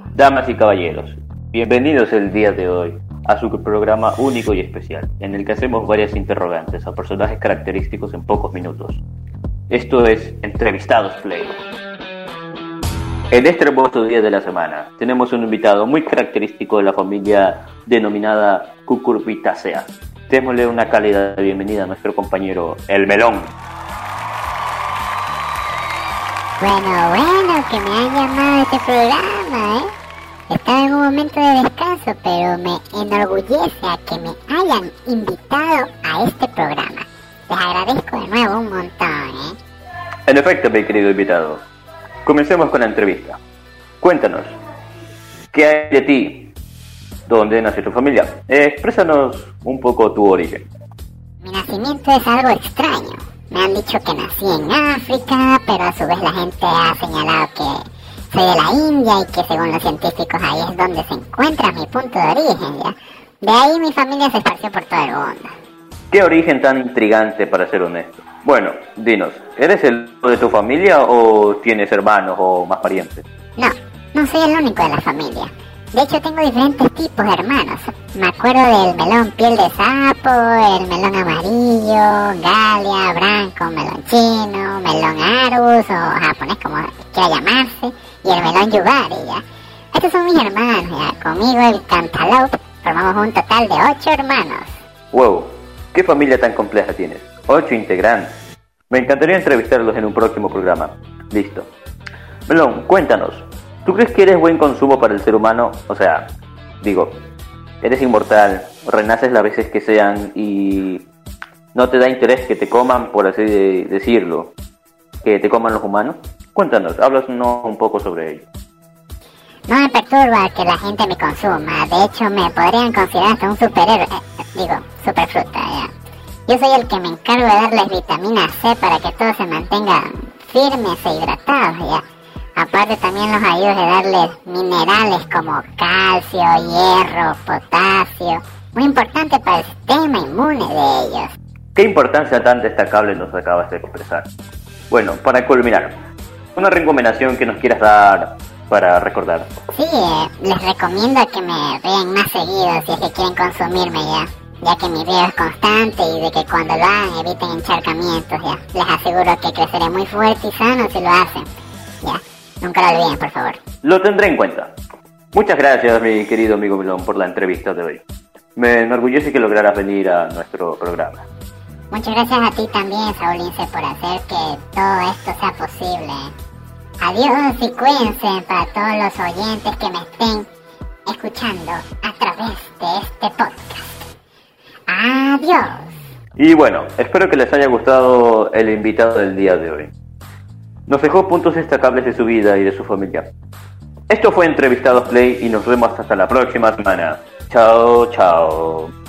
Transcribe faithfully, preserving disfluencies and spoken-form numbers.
Damas y caballeros, bienvenidos el día de hoy a su programa único y especial, en el que hacemos varias interrogantes a personajes característicos en pocos minutos. Esto es Entrevistados Play. En este hermoso día de la semana tenemos un invitado muy característico de la familia denominada Cucurbitaceae. Démosle una cálida bienvenida a nuestro compañero El Melón. Bueno, bueno, que me han llamado a este programa, ¿eh? Estaba en un momento de descanso, pero me enorgullece a que me hayan invitado a este programa. Les agradezco de nuevo un montón, ¿eh? En efecto, mi querido invitado. Comencemos con la entrevista. Cuéntanos, ¿qué hay de ti? ¿Dónde nació tu familia? Eh, exprésanos un poco tu origen. Mi nacimiento es algo extraño. Me han dicho que nací en África, pero a su vez la gente ha señalado que soy de la India y que según los científicos ahí es donde se encuentra mi punto de origen, ¿ya? De ahí mi familia se esparció por todo el mundo. ¿Qué origen tan intrigante, para ser honesto? Bueno, dinos, ¿eres el único de tu familia o tienes hermanos o más parientes? No, no soy el único de la familia. De hecho, tengo diferentes tipos de hermanos. Me acuerdo del melón piel de sapo, el melón amarillo, galia, branco, melón chino, melón arus o japonés como quiera llamarse, y el melón yubari, ¿ya? Estos son mis hermanos, ¿ya? Conmigo el cantaloupe formamos un total de ocho hermanos. Wow, ¿qué familia tan compleja tienes? Ocho integrantes. Me encantaría entrevistarlos en un próximo programa. Listo. Melón, cuéntanos. ¿Tú crees que eres buen consumo para el ser humano? O sea, digo, eres inmortal, renaces las veces que sean y no te da interés que te coman, por así de decirlo, que te coman los humanos. Cuéntanos, háblanos un poco sobre ello. No me perturba que la gente me consuma. De hecho, me podrían considerar hasta un superhéroe. Eh, digo, superfruta, ya. Yo soy el que me encargo de darles vitamina C para que todos se mantengan firmes e hidratados, ya. Aparte también los ayudo de darles minerales como calcio, hierro, potasio, muy importante para el sistema inmune de ellos. ¿Qué importancia tan destacable nos acabas de expresar? Bueno, para culminar, una recomendación que nos quieras dar para recordar. Sí, eh, les recomiendo que me vean más seguido si es que quieren consumirme ya, ya que mi video es constante y de que cuando lo hagan eviten encharcamientos ya. Les aseguro que creceré muy fuerte y sano si lo hacen, ya. Nunca lo olviden, por favor. Lo tendré en cuenta. Muchas gracias, mi querido amigo Melón, por la entrevista de hoy. Me enorgullece que lograras venir a nuestro programa. Muchas gracias a ti también, Saulince, por hacer que todo esto sea posible. Adiós y cuídense para todos los oyentes que me estén escuchando a través de este podcast. Adiós. Y bueno, espero que les haya gustado el invitado del día de hoy. Nos dejó puntos destacables de su vida y de su familia. Esto fue Entrevistados Play y nos vemos hasta la próxima semana. Chao, chao.